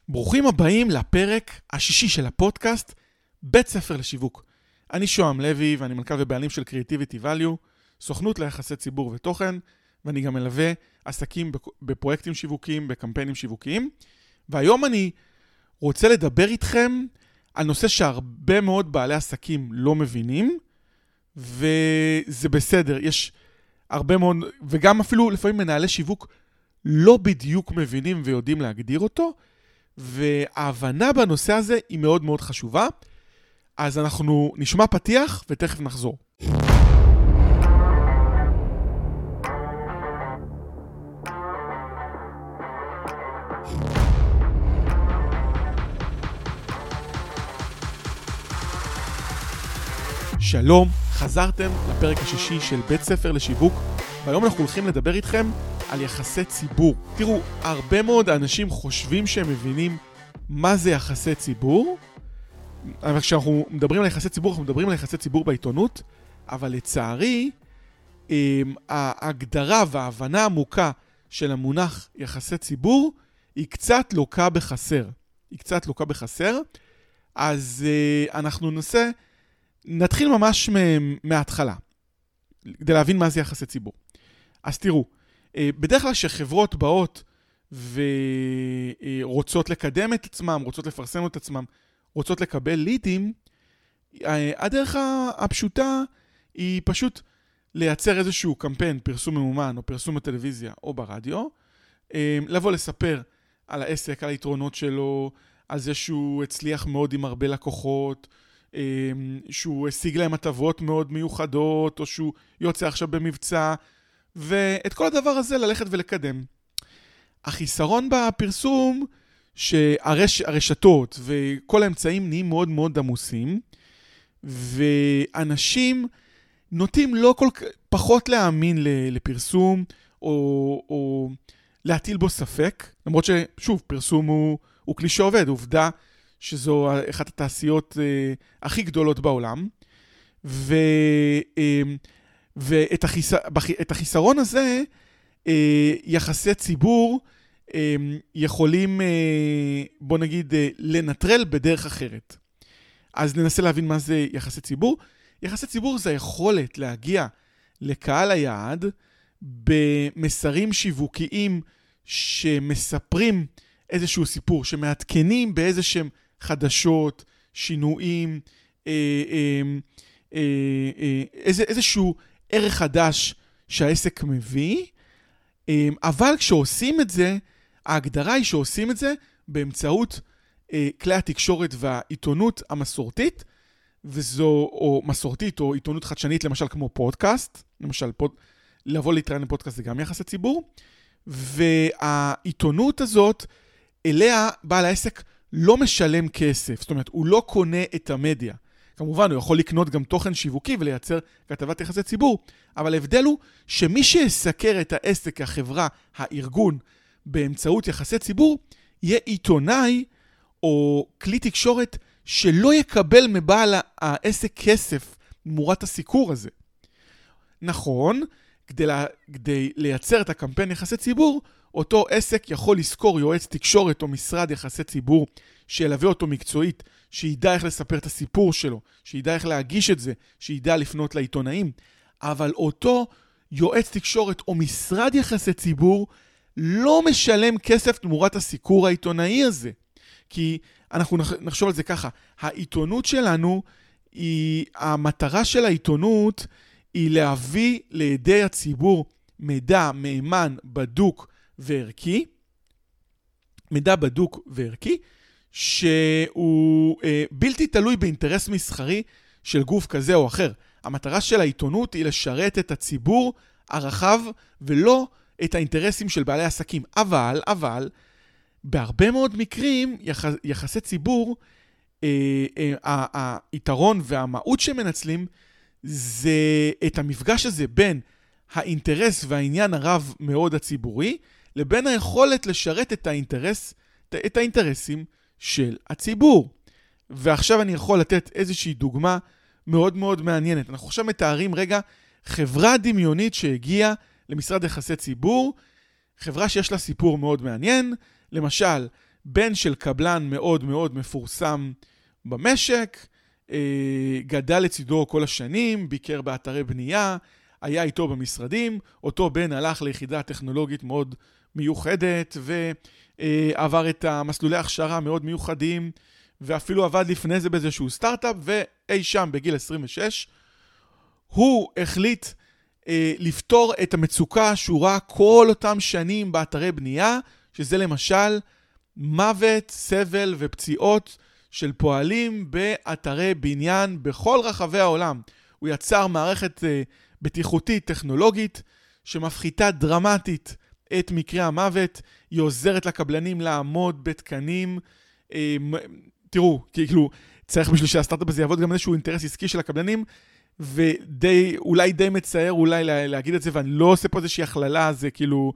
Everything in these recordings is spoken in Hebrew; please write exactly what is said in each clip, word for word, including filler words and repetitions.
ברוכים הבאים לפרק השישי של הפודקאסט, בית ספר לשיווק. אני שוהם לוי ואני מנכ"ל ובעלים של Creativity Value, סוכנות ליחסי ציבור ותוכן, ואני גם מלווה עסקים בפרויקטים שיווקיים, בקמפיינים שיווקיים. והיום אני רוצה לדבר איתכם על נושא שהרבה מאוד בעלי עסקים לא מבינים, וזה בסדר, יש הרבה מאוד, וגם אפילו לפעמים מנהלי שיווק לא בדיוק מבינים ויודעים להגדיר אותו, וההבנה בנושא הזה היא מאוד מאוד חשובה. אז אנחנו נשמע פתיח ותכף נחזור. שלום, חזרתם לפרק השישי של בית ספר לשיווק, והיום אנחנו הולכים לדבר איתכם על יחסי ציבור. תראו, הרבה מאוד אנשים חושבים שהם מבינים מה זה יחסי ציבור, אבל כשאנחנו מדברים על יחסי ציבור, אנחנו מדברים על יחסי ציבור בעיתונות, אבל לצערי, ההגדרה וההבנה העמוקה של המונח יחסי ציבור, היא קצת לוקה בחסר. היא קצת לוקה בחסר, אז אנחנו ננסה, נתחיל ממש מההתחלה, כדי להבין מה זה יחסי ציבור. אז תראו, בדרך כלל שחברות באות ורוצות לקדם את עצמם, רוצות לפרסם את עצמם, רוצות לקבל לידים, הדרך הפשוטה היא פשוט לייצר איזשהו קמפיין, פרסום ממומן או פרסום בטלוויזיה או ברדיו, לבוא לספר על העסק, על היתרונות שלו, על זה שהוא הצליח מאוד עם הרבה לקוחות, שהוא השיג להם הטבות מאוד מיוחדות, או שהוא יוצא עכשיו במבצע, ואת כל הדבר הזה ללכת ולקדם. החיסרון בפרסום, שהרשתות וכל האמצעים נהיים מאוד מאוד עמוסים, ואנשים נוטים לא כל כך, פחות להאמין לפרסום, או, או להטיל בו ספק, למרות ששוב, פרסום הוא, הוא כלי שעובד, עובדה שזו אחת התעשיות אה, הכי גדולות בעולם, ו, אה, ואת החיס, את החיסרון הזה, אה, יחסי ציבור, יכולים, בוא נגיד, לנטרל בדרך אחרת. אז ננסה להבין מה זה יחסי ציבור. יחסי ציבור זה היכולת להגיע לקהל היעד במסרים שיווקיים שמספרים איזשהו סיפור, שמעדכנים באיזשהם חדשות, שינויים, איזשהו ערך חדש שהעסק מביא, אבל כשעושים את זה, ההגדרה היא שעושים את זה באמצעות אה, כלי התקשורת והעיתונות המסורתית, וזו או מסורתית או עיתונות חדשנית, למשל כמו פודקאסט, למשל פוד, לבוא להתראיין לפודקאסט זה גם יחסי ציבור, והעיתונות הזאת, אליה בעל העסק לא משלם כסף, זאת אומרת, הוא לא קונה את המדיה. כמובן, הוא יכול לקנות גם תוכן שיווקי ולייצר כתבת יחסי ציבור, אבל ההבדל הוא שמי שיסקר את העסק, החברה, הארגון, באמצעות יחסי ציבור, יהיה עיתונאי או כלי תקשורת שלא יקבל מבעל העסק כסף תמורת הסיקור הזה. נכון, כדי, לה, כדי לייצר את הקמפיין יחסי ציבור, אותו עסק יכול לזכור יועץ תקשורת או משרד יחסי ציבור שילווה אותו מקצועית, שידע איך לספר את הסיפור שלו, שידע איך להגיש את זה, שידע לפנות לעיתונאים, אבל אותו יועץ תקשורת או משרד יחסי ציבור לא משלם כסף תמורת הסיקור העיתונאי הזה. כי אנחנו נחשוב על זה ככה, העיתונות שלנו, היא, המטרה של העיתונות היא להביא לידי הציבור מידע מהימן, בדוק וערכי, מידע בדוק וערכי, שהוא אה, בלתי תלוי באינטרס מסחרי של גוף כזה או אחר. המטרה של העיתונות היא לשרת את הציבור הרחב ולא את האינטרסים של בעלי עסקים. אבל, אבל, בהרבה מאוד מקרים, יח, יחסי ציבור, אה, אה, היתרון והמהות שמנצלים, זה את המפגש הזה בין האינטרס והעניין הרב מאוד הציבורי, לבין היכולת לשרת את האינטרס, את האינטרסים של הציבור. ועכשיו אני יכול לתת איזושהי דוגמה מאוד מאוד מעניינת. אנחנו עכשיו מתארים רגע חברה דמיונית שהגיעה למשרד יחסי ציבור, חברה שיש לה סיפור מאוד מעניין, למשל, בן של קבלן מאוד מאוד מפורסם במשק, גדל לצידו כל השנים, ביקר באתרי בנייה, היה איתו במשרדים, אותו בן הלך ליחידה טכנולוגית מאוד מיוחדת, ועבר את המסלולי הכשרה מאוד מיוחדים, ואפילו עבד לפני זה באיזשהו סטארט-אפ, ואי שם בגיל עשרים ושש, הוא החליט אה, לפתור את המצוקה שהוא ראה כל אותם שנים באתרי בנייה, שזה למשל מוות, סבל ופציעות של פועלים באתרי בניין בכל רחבי העולם. הוא יצר מערכת אה, בטיחותית טכנולוגית שמפחיתה דרמטית את מקרי המוות, היא עוזרת לקבלנים לעמוד בתקנים. אה, תראו, כאילו, צריך בשביל שהסטארט-אפ הזה יעבוד גם איזשהו אינטרס עסקי של הקבלנים, ודי, אולי די מצער אולי לה, להגיד את זה, ואני לא עושה פה איזושהי הכללה, זה כאילו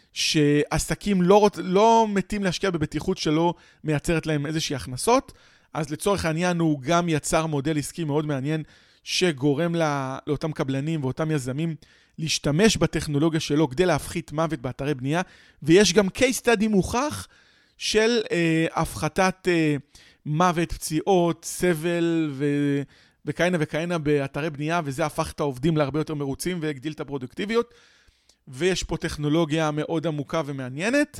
שעסקים לא, רוצ, לא מתים להשקיע בבטיחות שלא מייצרת להם איזושהי הכנסות, אז לצורך העניין הוא גם יצר מודל עסקי מאוד מעניין, שגורם לא, לאותם קבלנים ואותם יזמים להשתמש בטכנולוגיה שלו כדי להפחית מוות באתרי בנייה, ויש גם case study מוכח של אה, הפחתת אה, מוות, פציעות, סבל ו... וכהנה וכהנה באתרי בנייה, וזה הפך את העובדים להרבה יותר מרוצים והגדיל את הפרודוקטיביות, ויש פה טכנולוגיה מאוד עמוקה ומעניינת.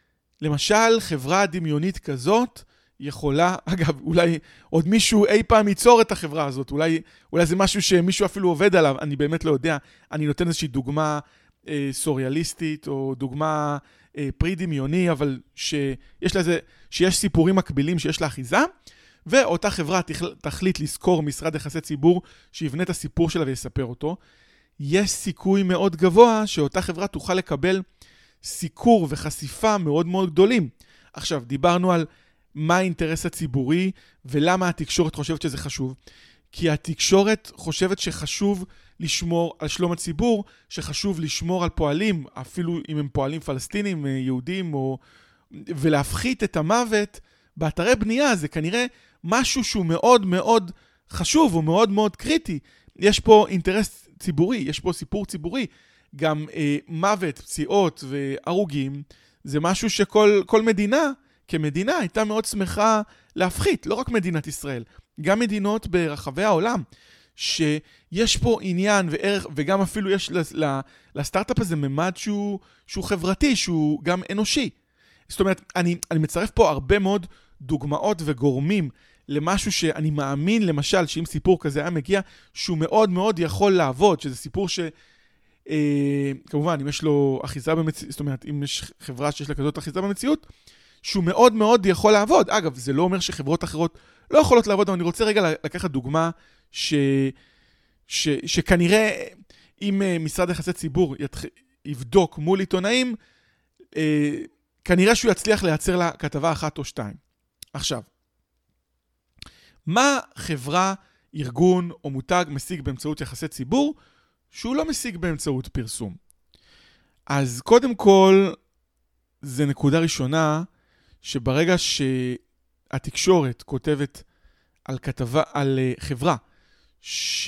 למשל, חברה דמיונית כזאת יכולה, אגב, אולי עוד מישהו אי פעם ייצור את החברה הזאת, אולי, אולי זה משהו שמישהו אפילו עובד עליו, אני באמת לא יודע, אני נותן איזושהי דוגמה אה, סוריאליסטית, או דוגמה אה, פרי דמיוני, אבל שיש לזה, שיש סיפורים מקבילים שיש לה אחיזה, ואותה חברה תחליט לזכור משרד יחסי ציבור שיבנה את הסיפור שלה ויספר אותו. יש סיכוי מאוד גבוה שאותה חברה תוכל לקבל סיקור וחשיפה מאוד מאוד גדולים. עכשיו, דיברנו על מה האינטרס הציבורי ולמה התקשורת חושבת שזה חשוב. כי התקשורת חושבת שחשוב לשמור על שלום הציבור, שחשוב לשמור על פועלים, אפילו אם הם פועלים פלסטינים, יהודים, או... ולהפחית את המוות באתרי בנייה. זה כנראה משהו שהוא מאוד מאוד חשוב, הוא מאוד מאוד קריטי. יש פה אינטרס ציבורי, יש פה סיפור ציבורי. גם אה, מוות, פציעות והרוגים, זה משהו שכל כל מדינה, כמדינה, הייתה מאוד שמחה להפחית. לא רק מדינת ישראל, גם מדינות ברחבי העולם, שיש פה עניין וערך, וגם אפילו יש לסטארט-אפ הזה ממד שהוא, שהוא חברתי, שהוא גם אנושי. זאת אומרת, אני, אני מצרף פה הרבה מאוד דוגמאות וגורמים למשהו שאני מאמין, למשל, שאם סיפור כזה היה מגיע, שהוא מאוד מאוד יכול לעבוד, שזה סיפור ש... אה, כמובן, אם יש לו אחיזה במציאות, זאת אומרת, אם יש חברה שיש לה כזאת אחיזה במציאות, שהוא מאוד מאוד יכול לעבוד. אגב, זה לא אומר שחברות אחרות לא יכולות לעבוד, אבל אני רוצה רגע לקחת דוגמה ש... ש... שכנראה, אם משרד יחסי ציבור יתח... יבדוק מול עיתונאים, אה, כנראה שהוא יצליח לייצר לה כתבה אחת או שתיים. עכשיו, מה חברה, ארגון או מותג משיג באמצעות יחסי ציבור, שהוא לא משיג באמצעות פרסום? אז קודם כל, זה נקודה ראשונה, שברגע שהתקשורת כותבת על כתבה, על חברה, ש...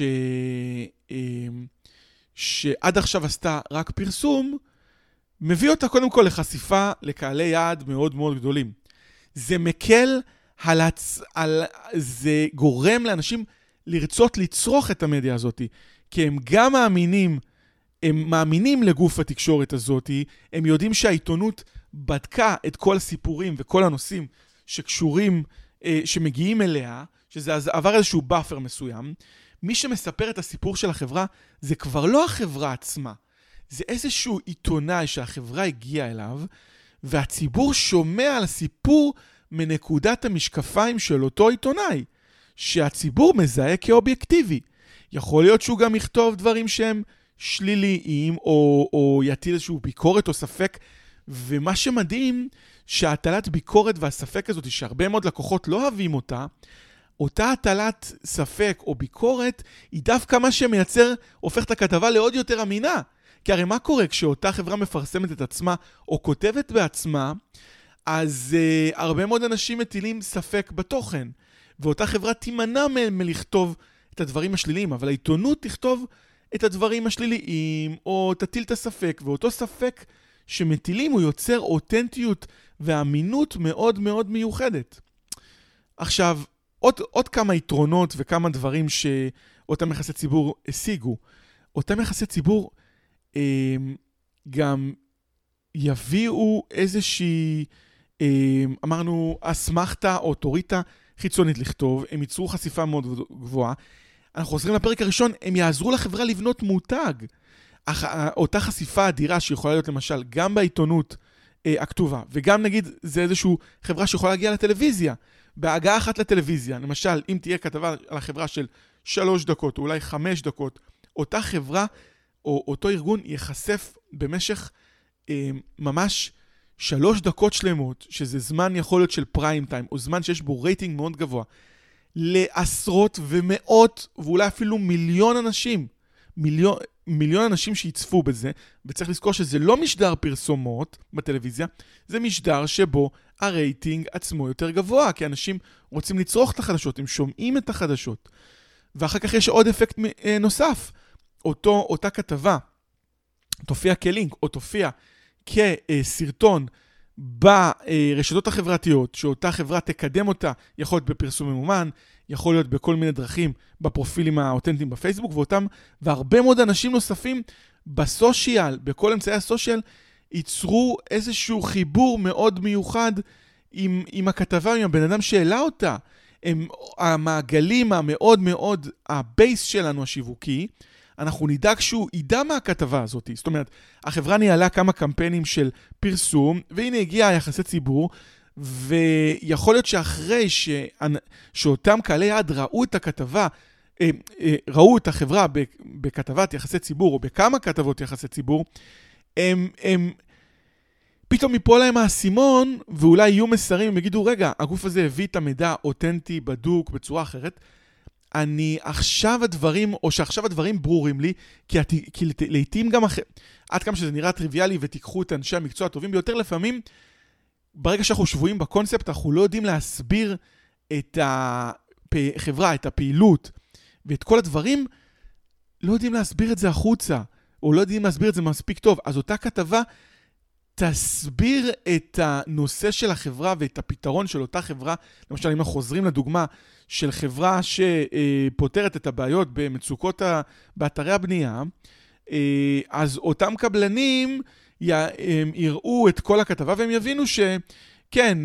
שעד עכשיו עשתה רק פרסום, מביא אותה קודם כל לחשיפה לקהלי יעד מאוד מאוד גדולים. זה מקל על הצ... על... זה גורם לאנשים לרצות לצרוך את המדיה הזאת, כי הם גם מאמינים, הם מאמינים לגוף התקשורת הזאת, הם יודעים שהעיתונות בדקה את כל הסיפורים וכל הנושאים שקשורים, שמגיעים אליה, שזה עבר איזשהו באפר מסוים. מי שמספר את הסיפור של החברה, זה כבר לא החברה עצמה. זה איזשהו עיתונאי שהחברה הגיעה אליו, והציבור שומע על הסיפור מנקודת המשקפיים של אותו עיתונאי, שהציבור מזהה כאובייקטיבי. יכול להיות שהוא גם יכתוב דברים שהם שליליים, או, או יטיל איזשהו ביקורת או ספק, ומה שמדהים, שהטלת ביקורת והספק הזאת, שהרבה מאוד לקוחות לא אוהבים אותה, אותה הטלת ספק או ביקורת, היא דווקא מה שמייצר, הופך את הכתבה לעוד יותר אמינה. כי הרי מה קורה כשאותה חברה מפרסמת את עצמה, או כותבת בעצמה, אז uh, הרבה מאוד אנשים מטילים ספק בתוכן, ואותה חברה תימנע מ- מלכתוב את הדברים השליליים, אבל העיתונות תכתוב את הדברים השליליים, או תטיל את הספק, ואותו ספק שמטילים הוא יוצר אותנטיות ואמינות מאוד מאוד מיוחדת. עכשיו, עוד, עוד כמה יתרונות וכמה דברים שאותם יחסי ציבור השיגו. אותם יחסי ציבור אה, גם יביאו איזושהי, אה, אמרנו, אסמכתה או אוטוריטה חיצונית לכתוב, הם ייצרו חשיפה מאוד גבוהה. אנחנו חוזרים לפרק הראשון, הם יעזרו לחברה לבנות מותג. אך, אותה חשיפה אדירה שיכולה להיות למשל גם בעיתונות אה, הכתובה, וגם נגיד זה איזושהי חברה שיכולה להגיע לטלוויזיה, בהגעה אחת לטלוויזיה, למשל אם תהיה כתבה על החברה של שלוש דקות או אולי חמש דקות, אותה חברה או אותו ארגון יחשף במשך אה, ממש שלוש דקות שלמות, שזה זמן יכול להיות של פריים טיים, או זמן שיש בו רייטינג מאוד גבוה, לעשרות ומאות ואולי אפילו מיליון אנשים, מיליון, מיליון אנשים שיצפו בזה, וצריך לזכור שזה לא משדר פרסומות בטלוויזיה, זה משדר שבו הרייטינג עצמו יותר גבוה, כי אנשים רוצים לצרוך את החדשות, הם שומעים את החדשות. ואחר כך יש עוד אפקט נוסף, אותו, אותה כתבה תופיע כלינק, או תופיע כסרטון ברשתות החברתיות, שאותה חברה תקדם אותה, יכול להיות בפרסום ממומן, יכול להיות בכל מיני דרכים בפרופילים האותנטיים בפייסבוק, ואותם, והרבה מאוד אנשים נוספים בסושיאל, בכל אמצעי הסושיאל, ייצרו איזשהו חיבור מאוד מיוחד עם, עם הכתבה, עם הבן אדם שאלה אותה. הם, המעגלים המאוד מאוד, הבייס שלנו השיווקי, אנחנו נדאג שהוא ידע מה הכתבה הזאת. זאת אומרת, החברה ניהלה כמה קמפיינים של פרסום, והנה הגיע יחסי ציבור, ויכול להיות שאחרי ש... שאותם קהלי יעד ראו את הכתבה, ראו את החברה בכתבת יחסי ציבור, או בכמה כתבות יחסי ציבור, הם, הם פתאום מפה להם האסימון, ואולי יהיו מסרים, הם יגידו, רגע, הגוף הזה הביא את המידע אותנטי, בדוק, בצורה אחרת, אני עכשיו הדברים, או שעכשיו הדברים ברורים לי, כי, כי לעתים גם אחרי, עד כמה שזה נראה טריוויאלי, ותיקחו את אנשי המקצוע הטובים ביותר, לפעמים, ברגע שאנחנו שבועים בקונספט, אנחנו לא יודעים להסביר את החברה, את הפעילות, ואת כל הדברים, לא יודעים להסביר את זה החוצה, או לא יודעים להסביר את זה מספיק טוב. אז אותה כתבה תסביר את הנושא של החברה ואת הפתרון של אותה חברה. למשל, אם אנחנו חוזרים לדוגמה של חברה שפותרת את הבעיות במצוקות באתרי הבנייה, אז אותם קבלנים יראו את כל הכתבה והם יבינו שכן,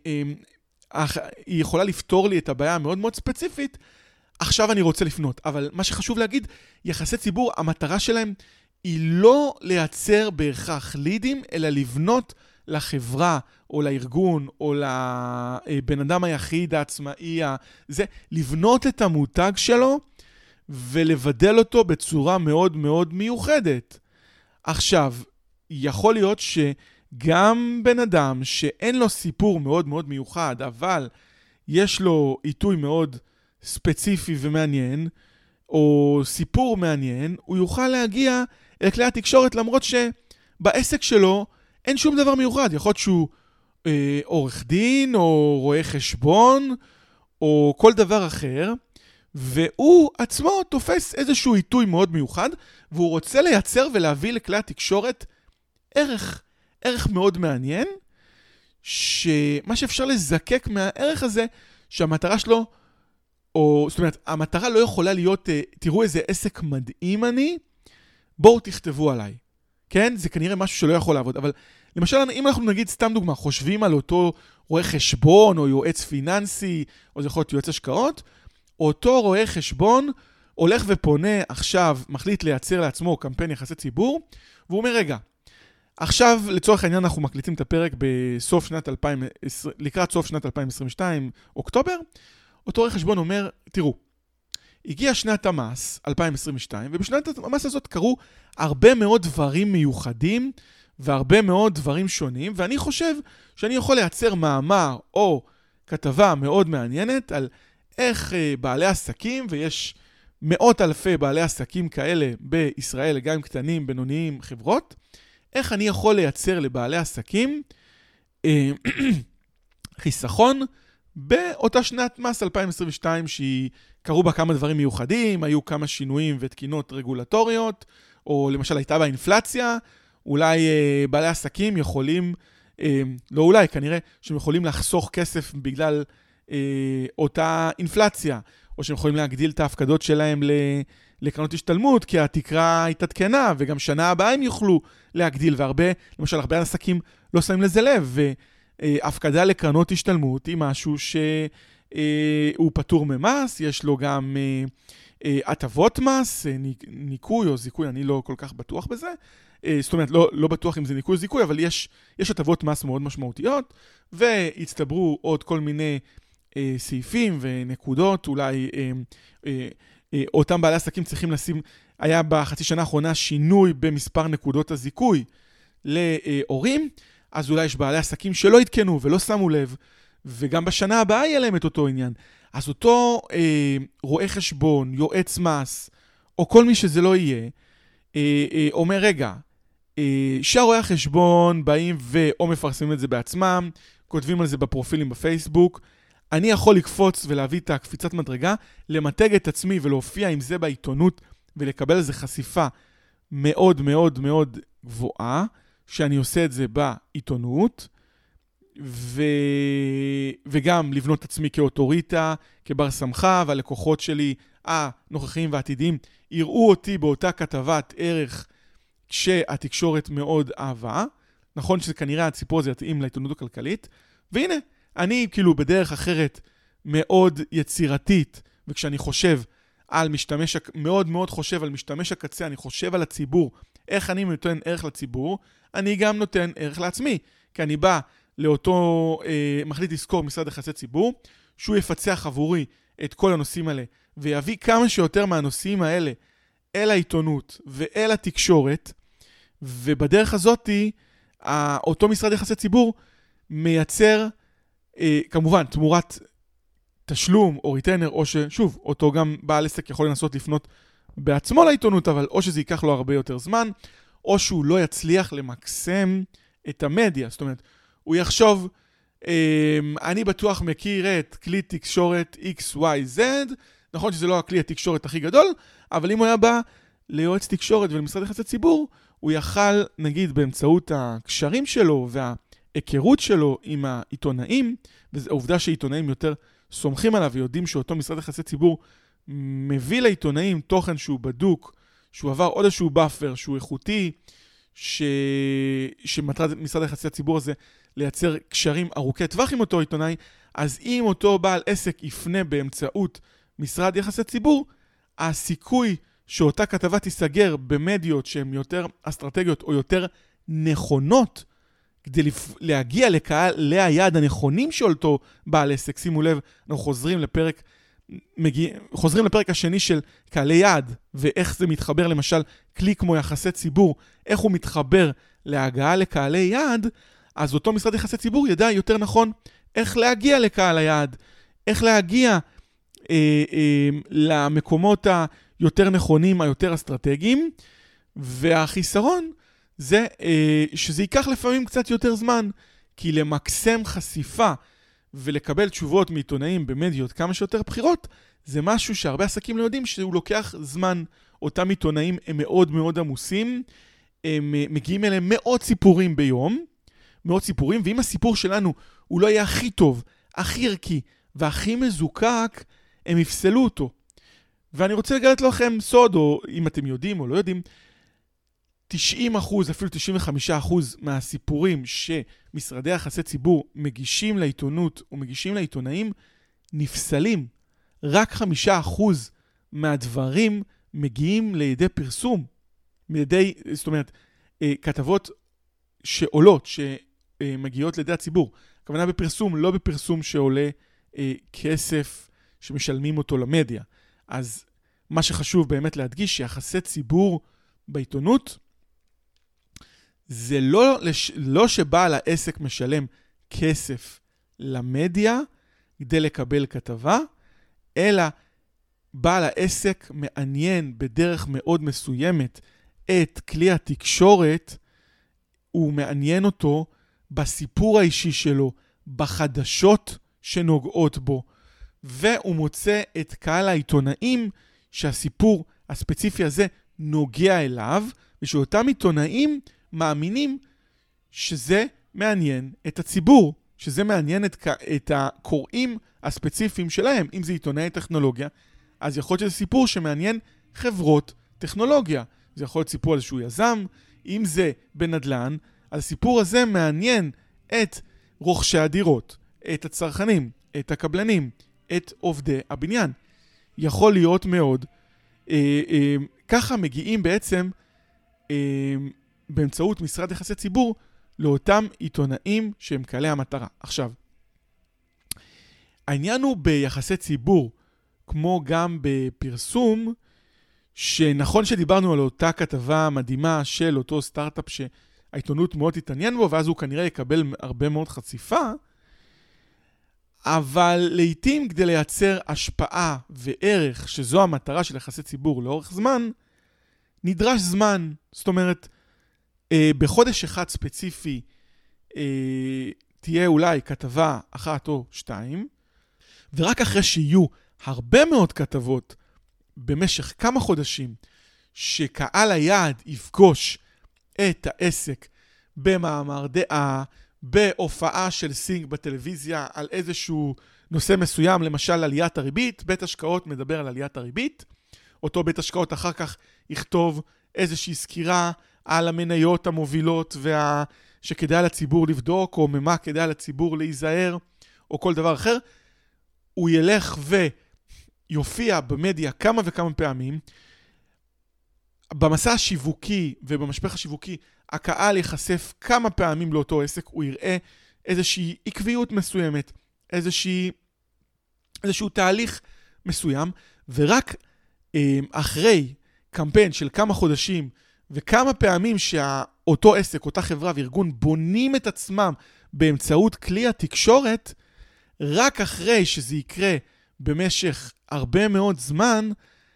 היא יכולה לפתור לי את הבעיה המאוד מאוד ספציפית, עכשיו אני רוצה לפנות. אבל מה שחשוב להגיד, יחסי ציבור, המטרה שלהם היא לא לייצר בהכרח לידים, אלא לבנות לחברה או לארגון או לבן אדם היחיד העצמאי, זה לבנות את המותג שלו ולבדל אותו בצורה מאוד מאוד מיוחדת. עכשיו, יכול להיות שגם בן אדם שאין לו סיפור מאוד מאוד מיוחד, אבל יש לו עיתוי מאוד ספציפי ומעניין, או סיפור מעניין, הוא יוכל להגיע אל כלי התקשורת, למרות שבעסק שלו אין שום דבר מיוחד. יכול להיות שהוא אה, עורך דין, או רואה חשבון, או כל דבר אחר, והוא עצמו תופס איזשהו עיתוי מאוד מיוחד, והוא רוצה לייצר ולהביא לכלי התקשורת ערך, ערך מאוד מעניין, שמה שאפשר לזקק מהערך הזה, שהמטרה שלו, או, זאת אומרת, המטרה לא יכולה להיות, תראו איזה עסק מדהים אני, בואו תכתבו עליי. כן? זה כנראה משהו שלא יכול לעבוד, אבל למשל, אם אנחנו נגיד סתם דוגמה, חושבים על אותו רואה חשבון, או יועץ פיננסי, או זה יכול להיות יועץ השקעות, אותו רואה חשבון הולך ופונה עכשיו, מחליט לייצר לעצמו קמפיין יחסי ציבור, והוא אומר, רגע, עכשיו לצורך העניין אנחנו מקליטים את הפרק בסוף שנת אלפיים ועשרים, לקראת סוף שנת אלפיים עשרים ושתיים, אוקטובר, אותו רואה חשבון אומר, תראו, הגיע שנת המס אלפיים עשרים ושתיים, ובשנת המס הזאת קרו הרבה מאוד דברים מיוחדים, והרבה מאוד דברים שונים, ואני חושב שאני יכול לייצר מאמר או כתבה מאוד מעניינת על איך בעלי עסקים, ויש מאות אלפי בעלי עסקים כאלה בישראל, גם קטנים, בינוניים, חברות, איך אני יכול לייצר לבעלי עסקים חיסכון באותה שנת מס אלפיים עשרים ושתיים, שהיא קרו בה כמה דברים מיוחדים, היו כמה שינויים ותקינות רגולטוריות, או למשל הייתה בה אינפלציה, אולי אה, בעלי עסקים יכולים, אה, לא אולי, כנראה שהם יכולים לחסוך כסף בגלל אה, אותה אינפלציה, או שהם יכולים להגדיל את ההפקדות שלהם לקרנות השתלמות, כי התקרה התעדכנה, וגם שנה הבאה הם יוכלו להגדיל, והרבה, למשל, הרבה עסקים לא שמים לזה לב, והפקדה לקרנות השתלמות היא משהו שהוא פטור ממס, יש לו גם הטבות מס, ניקוי או זיכוי, אני לא כל כך בטוח בזה, זאת אומרת, לא, לא בטוח אם זה ניקוי או זיכוי, אבל יש, יש הטבות מס מאוד משמעותיות, והצטברו עוד כל מיני אה, סעיפים ונקודות, אולי אה, אה, אה, אותם בעלי עסקים צריכים לשים, היה בחצי שנה האחרונה שינוי במספר נקודות הזיכוי להורים, אז אולי יש בעלי עסקים שלא התקנו ולא שמו לב, וגם בשנה הבאה יהיה להם את אותו עניין. אז אותו אה, רואה חשבון, יועץ מס, או כל מי שזה לא יהיה, אה, אה, אומר רגע, אה, שהרואי החשבון באים ואו מפרסמים את זה בעצמם, כותבים על זה בפרופילים בפייסבוק, אני יכול לקפוץ ולהביא את הקפיצת מדרגה, למתג את עצמי ולהופיע עם זה בעיתונות, ולקבל איזו חשיפה מאוד מאוד מאוד גבוהה, שאני עושה את זה בעיתונות, ו... וגם לבנות את עצמי כאוטוריטה, כבר סמכה, והלקוחות שלי, הנוכחים והעתידיים, יראו אותי באותה כתבת ערך כשהתקשורת מאוד אהבה. נכון שזה כנראה הסיפור הזה יתאים לעיתונות הכלכלית, והנה, אני כאילו בדרך אחרת מאוד יצירתית, וכשאני חושב על משתמש, מאוד מאוד חושב על משתמש הקצה, אני חושב על הציבור, איך אני נותן ערך לציבור, אני גם נותן ערך לעצמי, כי אני בא לאותו, אה, מחליט לזכור משרד יחסי ציבור, שהוא יפצח עבורי את כל הנושאים האלה, ויביא כמה שיותר מהנושאים האלה אל העיתונות ואל התקשורת, ובדרך הזאת, אותו משרד יחסי ציבור מייצר, אה, כמובן, תמורת תשלום או ריטנר, או ששוב, אותו גם בעל עסק יכול לנסות לפנות בעצמו לעיתונות, אבל או שזה ייקח לו הרבה יותר זמן, או שהוא לא יצליח למקסם את המדיה. זאת אומרת, הוא יחשוב, אה, אני בטוח מכיר את כלי תקשורת אקס וואי זד, נכון שזה לא הכלי התקשורת הכי גדול, אבל אם הוא היה בא ליועץ תקשורת ולמשרד יחסי ציבור, הוא יכל, נגיד, באמצעות הקשרים שלו וההיכרות שלו עם העיתונאים, והעובדה שעיתונאים יותר סומכים עליו ויודעים שאותו משרד יחסי ציבור מביא לעיתונאים תוכן שהוא בדוק, שהוא עבר עוד איזשהו באפר, שהוא איכותי, ש... שמטרת משרד יחסי הציבור הזה לייצר קשרים ארוכי טווח עם אותו עיתונאי, אז אם אותו בעל עסק יפנה באמצעות משרד יחסי ציבור, הסיכוי שאותה כתבה תיסגר במדיות שהן יותר אסטרטגיות או יותר נכונות, כדי להגיע לקהל היעד הנכונים של אותו בעל עסק. שימו לב, אנחנו חוזרים לפרק, מגיע, חוזרים לפרק השני של קהלי יעד, ואיך זה מתחבר למשל כלי כמו יחסי ציבור, איך הוא מתחבר להגעה לקהלי יעד, אז אותו משרד יחסי ציבור ידע יותר נכון איך להגיע לקהל היעד, איך להגיע אה, אה, למקומות היותר נכונים, היותר אסטרטגיים, והחיסרון זה אה, שזה ייקח לפעמים קצת יותר זמן, כי למקסם חשיפה ולקבל תשובות מעיתונאים במדיות כמה שיותר בחירות, זה משהו שהרבה עסקים לא יודעים שהוא לוקח זמן. אותם עיתונאים הם מאוד מאוד עמוסים, הם מגיעים אליהם מאות סיפורים ביום, מאות סיפורים, ואם הסיפור שלנו הוא לא יהיה הכי טוב, הכי ערכי והכי מזוקק, הם יפסלו אותו. ואני רוצה לגלות לכם סוד, או אם אתם יודעים או לא יודעים, תשעים אחוז, אפילו תשעים וחמישה אחוז מהסיפורים שמשרדי יחסי ציבור מגישים לעיתונות ומגישים לעיתונאים, נפסלים. רק חמישה אחוז מהדברים מגיעים לידי פרסום. לידי, זאת אומרת, כתבות שעולות, שמגיעות לידי הציבור. הכוונה בפרסום, לא בפרסום שעולה כסף שמשלמים אותו למדיה. אז מה שחשוב באמת להדגיש, שיחסי ציבור בעיתונות, זה לא, לא שבעל העסק משלם כסף למדיה כדי לקבל כתבה, אלא בעל העסק מעניין בדרך מאוד מסוימת את כלי התקשורת, הוא מעניין אותו בסיפור האישי שלו, בחדשות שנוגעות בו, והוא מוצא את קהל העיתונאים שהסיפור הספציפי הזה נוגע אליו, ושאותם עיתונאים מאמינים שזה מעניין את הציבור, שזה מעניין את, את הקוראים הספציפיים שלהם. אם זה עיתונאי טכנולוגיה, אז יכול להיות שזה סיפור שמעניין חברות טכנולוגיה. זה יכול להיות סיפור על איזשהו יזם. אם זה בנדלן, אז הסיפור הזה מעניין את רוכשי הדירות, את הצרכנים, את הקבלנים, את עובדי הבניין. יכול להיות מאוד. אה, אה, ככה מגיעים בעצם אה, באמצעות משרד יחסי ציבור לאותם עיתונאים שהם קהלי המטרה. עכשיו, העניין הוא ביחסי ציבור, כמו גם בפרסום, שנכון שדיברנו על אותה כתבה מדהימה של אותו סטארט-אפ שהעיתונות מאוד תתעניין בו, ואז הוא כנראה יקבל הרבה מאוד חשיפה, אבל לעתים כדי לייצר השפעה וערך, שזו המטרה של יחסי ציבור לאורך זמן, נדרש זמן. זאת אומרת, אה, בחודש אחד ספציפי אה, תהיה אולי כתבה אחת או שתיים, ורק אחרי שיהיו הרבה מאוד כתבות במשך כמה חודשים, שקהל היעד יפגוש את העסק במאמר דעה, בהופעה של סינג בטלוויזיה על איזשהו נושא מסוים, למשל עליית הריבית, בית השקעות מדבר על עליית הריבית, אותו בית השקעות אחר כך יכתוב איזושהי סקירה על המניות המובילות וה... שכדאי לציבור לבדוק, או ממה כדאי לציבור להיזהר, או כל דבר אחר. הוא ילך ויופיע במדיה כמה וכמה פעמים. במסע השיווקי ובמשפך השיווקי, הקהל יחשף כמה פעמים לאותו עסק, הוא יראה איזושהי עקביות מסוימת, איזושהי, איזשהו תהליך מסוים, ורק אה, אחרי קמפיין של כמה חודשים, וכמה פעמים שאותו עסק, אותה חברה וארגון בונים את עצמם באמצעות כלי התקשורת, רק אחרי שזה יקרה במשך הרבה מאוד זמן,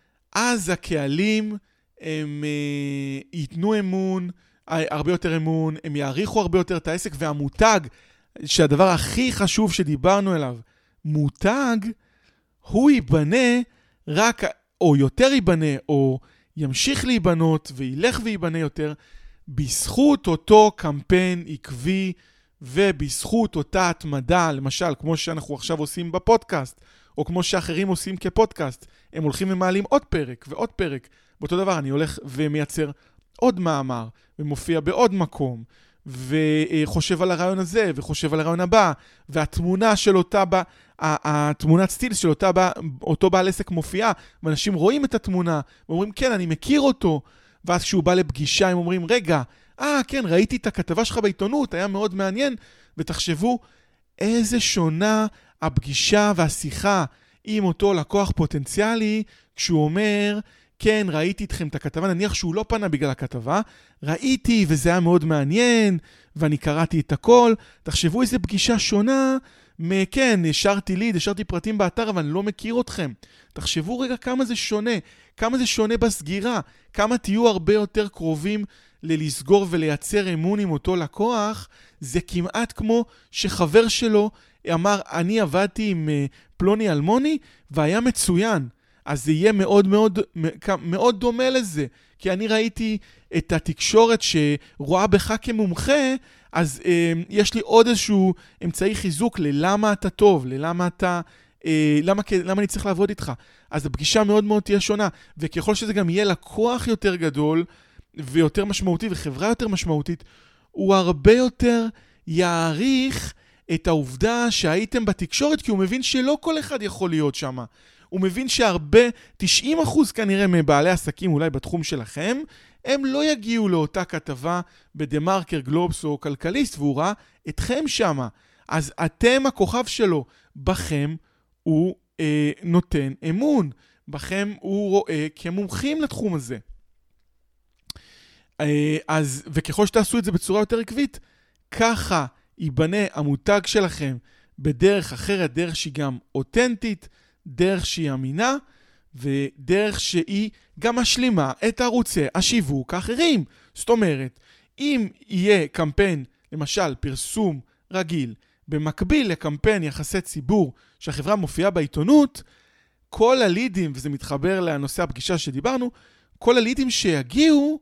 אז הקהלים הם אה, ייתנו אמון, הרבה יותר אמון, הם יעריכו הרבה יותר את העסק, והמותג, שהדבר הכי חשוב שדיברנו אליו, מותג, הוא ייבנה רק, או יותר ייבנה, או ימשיך להיבנות, וילך וייבנה יותר, בזכות אותו קמפיין עקבי, ובזכות אותה התמדה, למשל, כמו שאנחנו עכשיו עושים בפודקאסט, או כמו שאחרים עושים כפודקאסט, הם הולכים ומעלים עוד פרק ועוד פרק. באותו דבר אני הולך ומייצר עוד מאמר, ומופיע בעוד מקום, וחושב על הרעיון הזה, וחושב על הרעיון הבא, והתמונה של אותה, בא, התמונת סטיל של אותה, בא, אותו בעל עסק מופיעה, ואנשים רואים את התמונה, ואומרים, כן, אני מכיר אותו, ואז כשהוא בא לפגישה, הם אומרים, רגע, אה, כן, ראיתי את הכתבה שלך בעיתונות, היה מאוד מעניין, ותחשבו איזה שונה הפגישה והשיחה עם אותו לקוח פוטנציאלי, כשהוא אומר, כן, ראיתי אתכם את הכתבה, נניח שהוא לא פנה בגלל הכתבה, ראיתי וזה היה מאוד מעניין, ואני קראתי את הכל, תחשבו איזה פגישה שונה, כן, השארתי ליד, השארתי פרטים באתר, אבל אני לא מכיר אתכם. תחשבו רגע כמה זה שונה, כמה זה שונה בסגירה, כמה תהיו הרבה יותר קרובים ללסגור ולייצר אמון עם אותו לקוח, זה כמעט כמו שחבר שלו אמר, אני עבדתי עם פלוני אלמוני, והיה מצוין. אז זה יהיה מאוד מאוד, מאוד דומה לזה. כי אני ראיתי את התקשורת שרואה בך כמומחה, אז אה, יש לי עוד איזשהו אמצעי חיזוק ללמה אתה טוב, ללמה אתה, אה, למה, למה אני צריך לעבוד איתך. אז הפגישה מאוד מאוד תהיה שונה. וככל שזה גם יהיה לקוח יותר גדול, ויותר משמעותי, וחברה יותר משמעותית, הוא הרבה יותר יעריך את העובדה שהייתם בתקשורת, כי הוא מבין שלא כל אחד יכול להיות שם. הוא מבין שהרבה, תשעים אחוז כנראה מבעלי עסקים אולי בתחום שלכם, הם לא יגיעו לאותה כתבה בדמרקר, גלובס או כלכליסט, והוא ראה אתכם שם. אז אתם הכוכב שלו, בכם הוא אה, נותן אמון, בכם הוא רואה כמומחים לתחום הזה. אה, אז, וככל שתעשו את זה בצורה יותר עקבית, ככה ייבנה המותג שלכם בדרך אחרת, דרך שהיא גם אותנטית, דרך שהיא אמינה, ודרך שהיא גם משלימה את ערוצי השיווק האחרים. זאת אומרת, אם יהיה קמפיין, למשל פרסום רגיל, במקביל לקמפיין יחסי ציבור שהחברה מופיעה בעיתונות, כל הלידים, וזה מתחבר לנושא הפגישה שדיברנו, כל הלידים שיגיעו,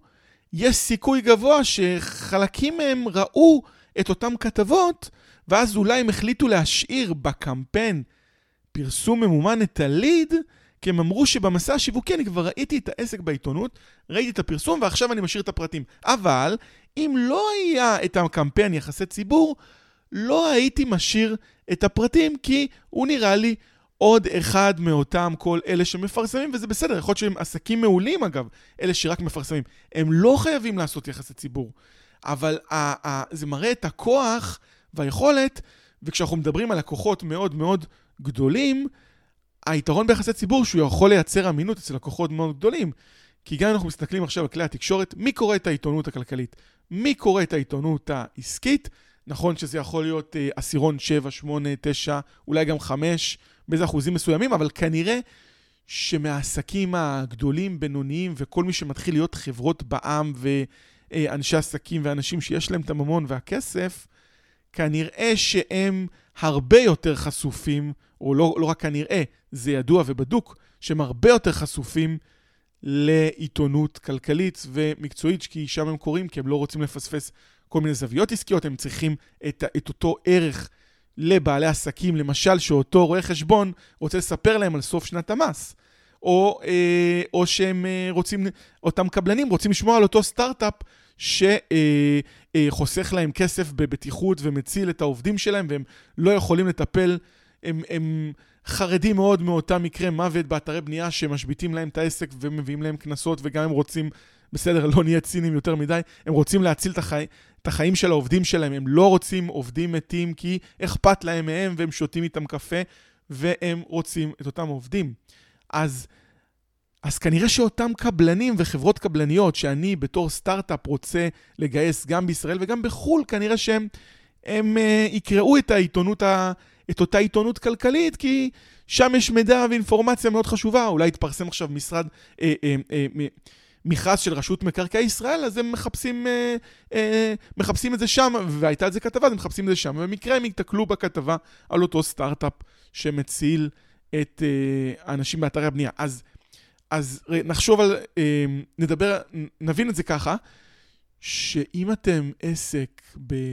יש סיכוי גבוה שחלקים מהם ראו את אותם כתבות, ואז אולי הם החליטו להשאיר בקמפיין פרסום ממומן את הליד, כי הם אמרו שבמסע השיווקי אני כבר ראיתי את העסק בעיתונות, ראיתי את הפרסום ועכשיו אני משאיר את הפרטים. אבל אם לא היה את הקמפיין יחסי ציבור, לא הייתי משאיר את הפרטים, כי הוא נראה לי עוד אחד מאותם כל אלה שמפרסמים, וזה בסדר, יכול להיות שהם עסקים מעולים אגב, אלה שרק מפרסמים. הם לא חייבים לעשות יחסי ציבור, אבל ה- ה- זה מראה את הכוח והיכולת, וכשאנחנו מדברים על לקוחות מאוד מאוד גדולים, היתרון ביחסי ציבור שהוא יכול לייצר אמינות אצל לקוחות מאוד גדולים, כי גם אנחנו מסתכלים עכשיו על כלי התקשורת, מי קורא את העיתונות הכלכלית? מי קורא את העיתונות העסקית? נכון שזה יכול להיות אה, עשירון שבע, שמונה, תשע, אולי גם חמש, באיזה אחוזים מסוימים, אבל כנראה שמהעסקים הגדולים, בינוניים, וכל מי שמתחיל להיות חברות בעם, ואנשי עסקים ואנשים שיש להם את הממון והכסף, כנראה שהם הרבה יותר חשופים, או לא, לא רק כנראה, זה ידוע ובדוק, שהם הרבה יותר חשופים לעיתונות כלכלית ומקצועית, כי שם הם קוראים, כי הם לא רוצים לפספס כל מיני זוויות עסקיות, הם צריכים את, את אותו ערך לבעלי עסקים, למשל שאותו רואה חשבון רוצה לספר להם על סוף שנת המס, או, אה, או שהם אה, רוצים, אותם קבלנים רוצים לשמוע על אותו סטארט-אפ שחוסך להם כסף בבטיחות ומציל את העובדים שלהם, והם לא יכולים לטפל, הם, הם חרדים מאוד מאותם מקרה מוות באתרי בנייה שמשביטים להם את העסק ומביאים להם כנסות, וגם הם רוצים, בסדר, לא נהיה צינים יותר מדי, הם רוצים להציל את החיים, את החיים של העובדים שלהם, הם לא רוצים עובדים מתים כי אכפת להם מהם והם שותים איתם קפה והם רוצים את אותם עובדים. אז, אז כנראה שאותם קבלנים וחברות קבלניות שאני בתור סטארט-אפ רוצה לגייס גם בישראל וגם בחול, כנראה שהם הם, uh, יקראו את העיתונות, ה, את אותה עיתונות כלכלית, כי שם יש מידע ואינפורמציה מאוד חשובה. אולי יתפרסם עכשיו משרד... Uh, uh, uh, מכרז של רשות מקרקעי ישראל, אז הם מחפשים, אה, אה, מחפשים את זה שם, והייתה את זה כתבה, אז הם מחפשים את זה שם, ובמקרה הם יתקלו בכתבה על אותו סטארט-אפ שמציל את אה, האנשים באתרי הבנייה. אז, אז נחשוב על, אה, נדבר, נבין את זה ככה, שאם אתם עסק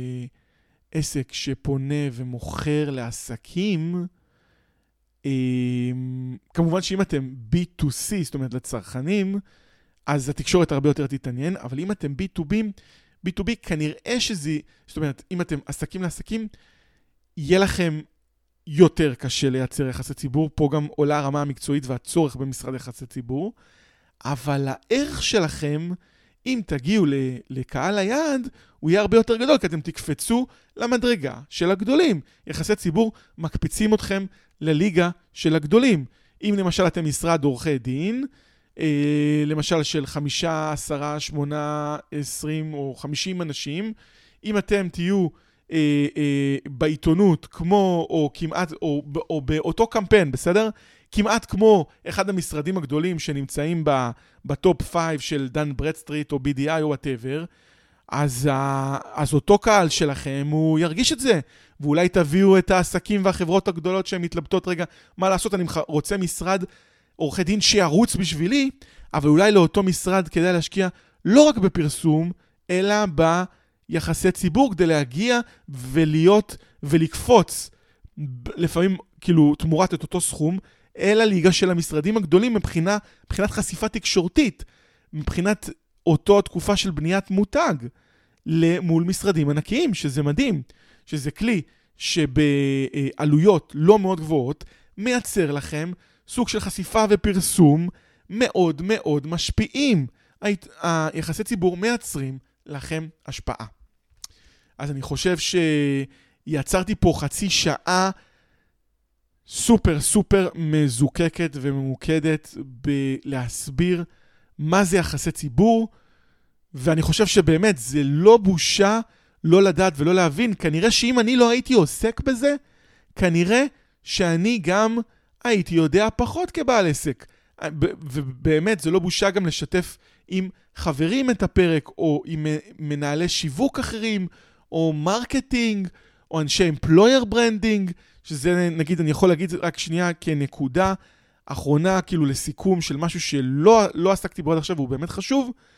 בעסק שפונה ומוכר לעסקים, אה, כמובן שאם אתם בי טו סי, זאת אומרת לצרכנים, אז התקשורת הרבה יותר תתעניין, אבל אם אתם בי טו בי, בי טו בי כנראה שזה, זאת אומרת, אם אתם עסקים לעסקים, יהיה לכם יותר קשה לייצר יחסי ציבור, פה גם עולה הרמה המקצועית והצורך במשרד יחסי ציבור, אבל הערך שלכם, אם תגיעו לקהל היעד, הוא יהיה הרבה יותר גדול, כי אתם תקפצו למדרגה של הגדולים. יחסי ציבור מקפיצים אתכם לליגה של הגדולים. אם למשל אתם משרד עורכי דין, למשל של חמישה, עשרה, שמונה, עשרים או חמישים אנשים, אם אתם תהיו אה, אה, בעיתונות כמו, או כמעט, או, או באותו קמפיין, בסדר? כמעט כמו אחד המשרדים הגדולים שנמצאים בטופ חמש של דן ברדסטריט או בי די איי או whatever, אז, אז אותו קהל שלכם הוא ירגיש את זה, ואולי תביאו את העסקים והחברות הגדולות שהן מתלבטות רגע מה לעשות, אני רוצה משרד עורכי דין שירוץ בשבילי, אבל אולי לאותו משרד כדאי להשקיע לא רק בפרסום, אלא ביחסי ציבור, כדי להגיע ולהיות ולקפוץ, לפעמים כאילו תמורת את אותו סכום, אלא ליגה של המשרדים הגדולים מבחינה, מבחינת חשיפה תקשורתית, מבחינת אותו תקופה של בניית מותג, למול משרדים ענקיים, שזה מדהים, שזה כלי שבעלויות לא מאוד גבוהות, מייצר לכם סוג של חשיפה ופרסום מאוד מאוד משפיעים. היחסי ציבור מייצרים לכם השפעה. אז אני חושב שיצרתי פה חצי שעה סופר סופר מזוקקת וממוקדת בלהסביר מה זה יחסי ציבור, ואני חושב שבאמת זה לא בושה לא לדעת ולא להבין. כנראה שאם אני לא הייתי עוסק בזה, כנראה שאני גם הייתי יודע פחות כבעל עסק. ובאמת זה לא בושה גם לשתף עם חברים את הפרק, או עם מנהלי שיווק אחרים, או מרקטינג, או אנשי אמפלויר ברנדינג, שזה נגיד אני יכול להגיד רק שנייה כנקודה אחרונה, כאילו לסיכום של משהו שלא לא עסקתי בו עד עכשיו, והוא באמת חשוב.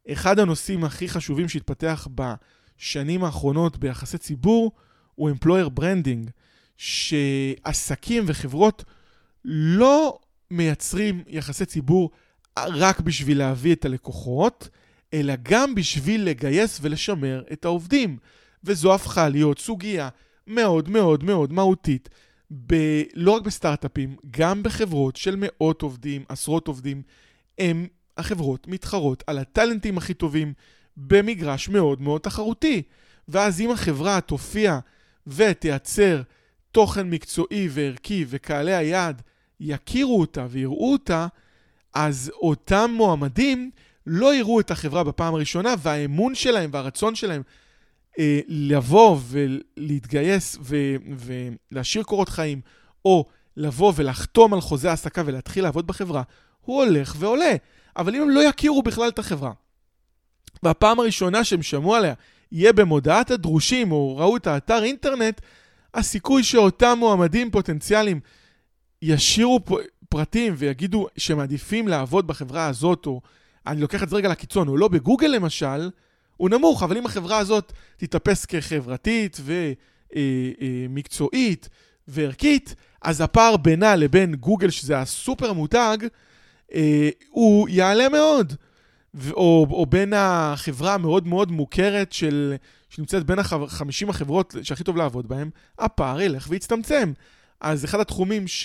אחד הנושאים הכי חשובים שהתפתח בשנים האחרונות ביחסי ציבור הוא employer branding, שעסקים וחברות לא מייצרים יחסי ציבור רק בשביל להביא את הלקוחות, אלא גם בשביל לגייס ולשמר את העובדים. וזו הפכה להיות סוגיה מאוד מאוד מאוד מהותית, ב- לא רק בסטארט-אפים, גם בחברות של מאות עובדים, עשרות עובדים, הם החברות מתחרות על הטלנטים הכי טובים במגרש מאוד מאוד תחרותי. ואז אם החברה תופיע ותייצר תוכן מקצועי וערכי וקהלי היעד יכירו אותה ויראו אותה, אז אותם מועמדים לא יראו את החברה בפעם הראשונה, והאמון שלהם והרצון שלהם אה, לבוא ולהתגייס ו- ולהשאיר קורות חיים, או לבוא ולחתום על חוזה העסקה ולהתחיל לעבוד בחברה, הוא הולך ועולה. אבל אם הם לא יכירו בכלל את החברה, והפעם הראשונה שהם שמעו עליה יהיה במודעת הדרושים או ראו את האתר אינטרנט, הסיכוי שאותם מועמדים פוטנציאליים ישירו פרטים ויגידו שמעדיפים לעבוד בחברה הזאת, או אני לוקח את זה רגע לקיצון, או לא בגוגל למשל, הוא נמוך. אבל אם החברה הזאת תתאפס כחברתית ומקצועית וערכית, אז הפער בינה לבין גוגל, שזה הסופר מותג, הוא יעלה מאוד. או, או בין החברה המאוד מאוד מוכרת של, שנמצאת בין ה-חמישים החברות שהכי טוב לעבוד בהן, הפער ילך ויצטמצם. אז אחד התחומים ש...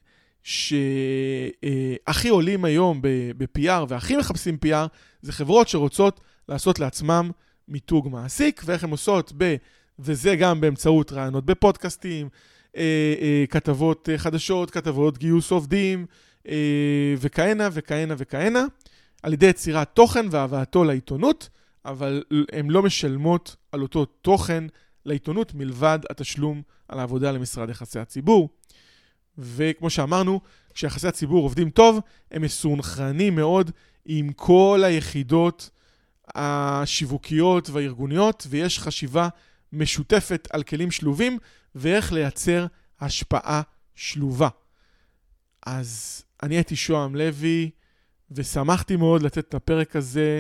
שהכי עולים היום ב-פי אר והכי מחפשים פי אר, זה חברות שרוצות לעשות לעצמם מיתוג מעסיק, ואיך הן עושות ב... וזה גם באמצעות רעיונות בפודקאסטים, כתבות חדשות, כתבות גיוס עובדים, וכהנה וכהנה וכהנה, על ידי יצירת תוכן והבאתו לעיתונות, אבל הן לא משלמות על אותו תוכן לעיתונות מלבד התשלום על העבודה למשרד יחסי הציבור. וכמו שאמרנו, כשיחסי הציבור עובדים טוב, הם מסונכרנים מאוד עם כל היחידות השיווקיות והארגוניות, ויש חשיבה משותפת על כלים שלובים, ואיך לייצר השפעה שלובה. אז אני הייתי שוהם לוי, ושמחתי מאוד לתת את הפרק הזה,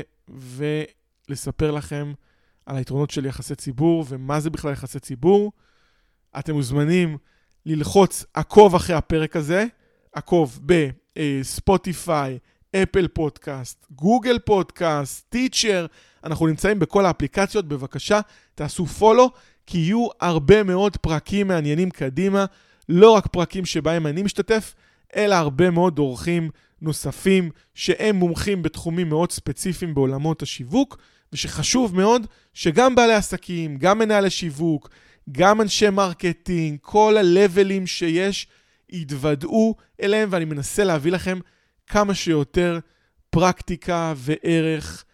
ולספר לכם על היתרונות של יחסי ציבור, ומה זה בכלל יחסי ציבור. אתם מוזמנים ללחוץ עקוב אחרי הפרק הזה, עקוב בספוטיפיי, אפל פודקאסט, גוגל פודקאסט, טיצ'ר, אנחנו נמצאים בכל האפליקציות, בבקשה תעשו פולו, כי יהיו הרבה מאוד פרקים מעניינים קדימה, לא רק פרקים שבהם אני משתתף, אלא הרבה מאוד אורחים נוספים שהם מומחים בתחומים מאוד ספציפיים בעולמות השיווק, ושחשוב מאוד שגם בעלי עסקים, גם מנהלי שיווק, גם אנשי מרקטינג, כל הלבלים שיש, יתוודעו אליהם, ואני מנסה להביא לכם כמה שיותר פרקטיקה וערך,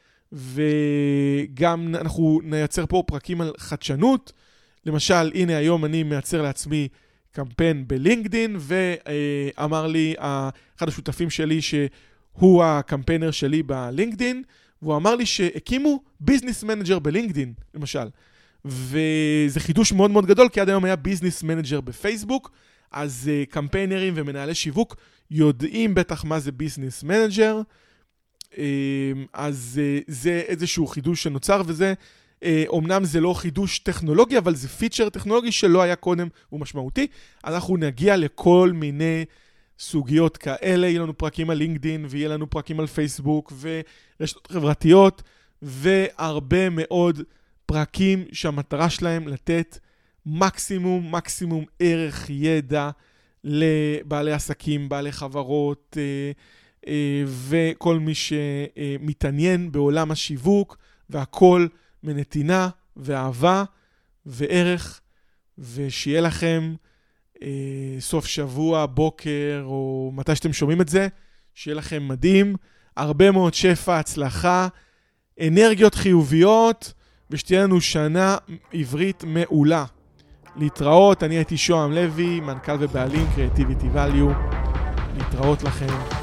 וגם אנחנו נייצר פה פרקים על חדשנות. למשל, הנה היום אני מייצר לעצמי קמפיין בלינקדין, ואמר לי אחד השותפים שלי שהוא הקמפיינר שלי בלינקדין, והוא אמר לי שהקימו ביזנס מנג'ר בלינקדין, למשל. וזה חידוש מאוד מאוד גדול, כי עד היום היה ביזנס מנג'ר בפייסבוק, אז uh, קמפיינרים ומנהלי שיווק יודעים בטח מה זה ביזנס מנג'ר, uh, אז uh, זה איזשהו חידוש שנוצר, וזה, uh, אומנם זה לא חידוש טכנולוגי, אבל זה פיצ'ר טכנולוגי שלא היה קודם, הוא משמעותי. אנחנו נגיע לכל מיני סוגיות כאלה, יהיה לנו פרקים על לינקדין, ויהיה לנו פרקים על פייסבוק, ורשתות חברתיות, והרבה מאוד פרקים שהמטרה שלהם לתת מקסימום, מקסימום ערך ידע לבעלי עסקים, בעלי חברות, אה, אה, וכל מי שמתעניין בעולם השיווק, והכל מנתינה ואהבה וערך, ושיהיה לכם אה, סוף שבוע, בוקר, או מתי שאתם שומעים את זה, שיהיה לכם מדהים, הרבה מאוד שפע, הצלחה, אנרגיות חיוביות, ושתהיה לנו שנה עברית מעולה. להתראות, אני הייתי שוהם לוי, מנכ"ל ובעלים Creativity Value. להתראות לכם.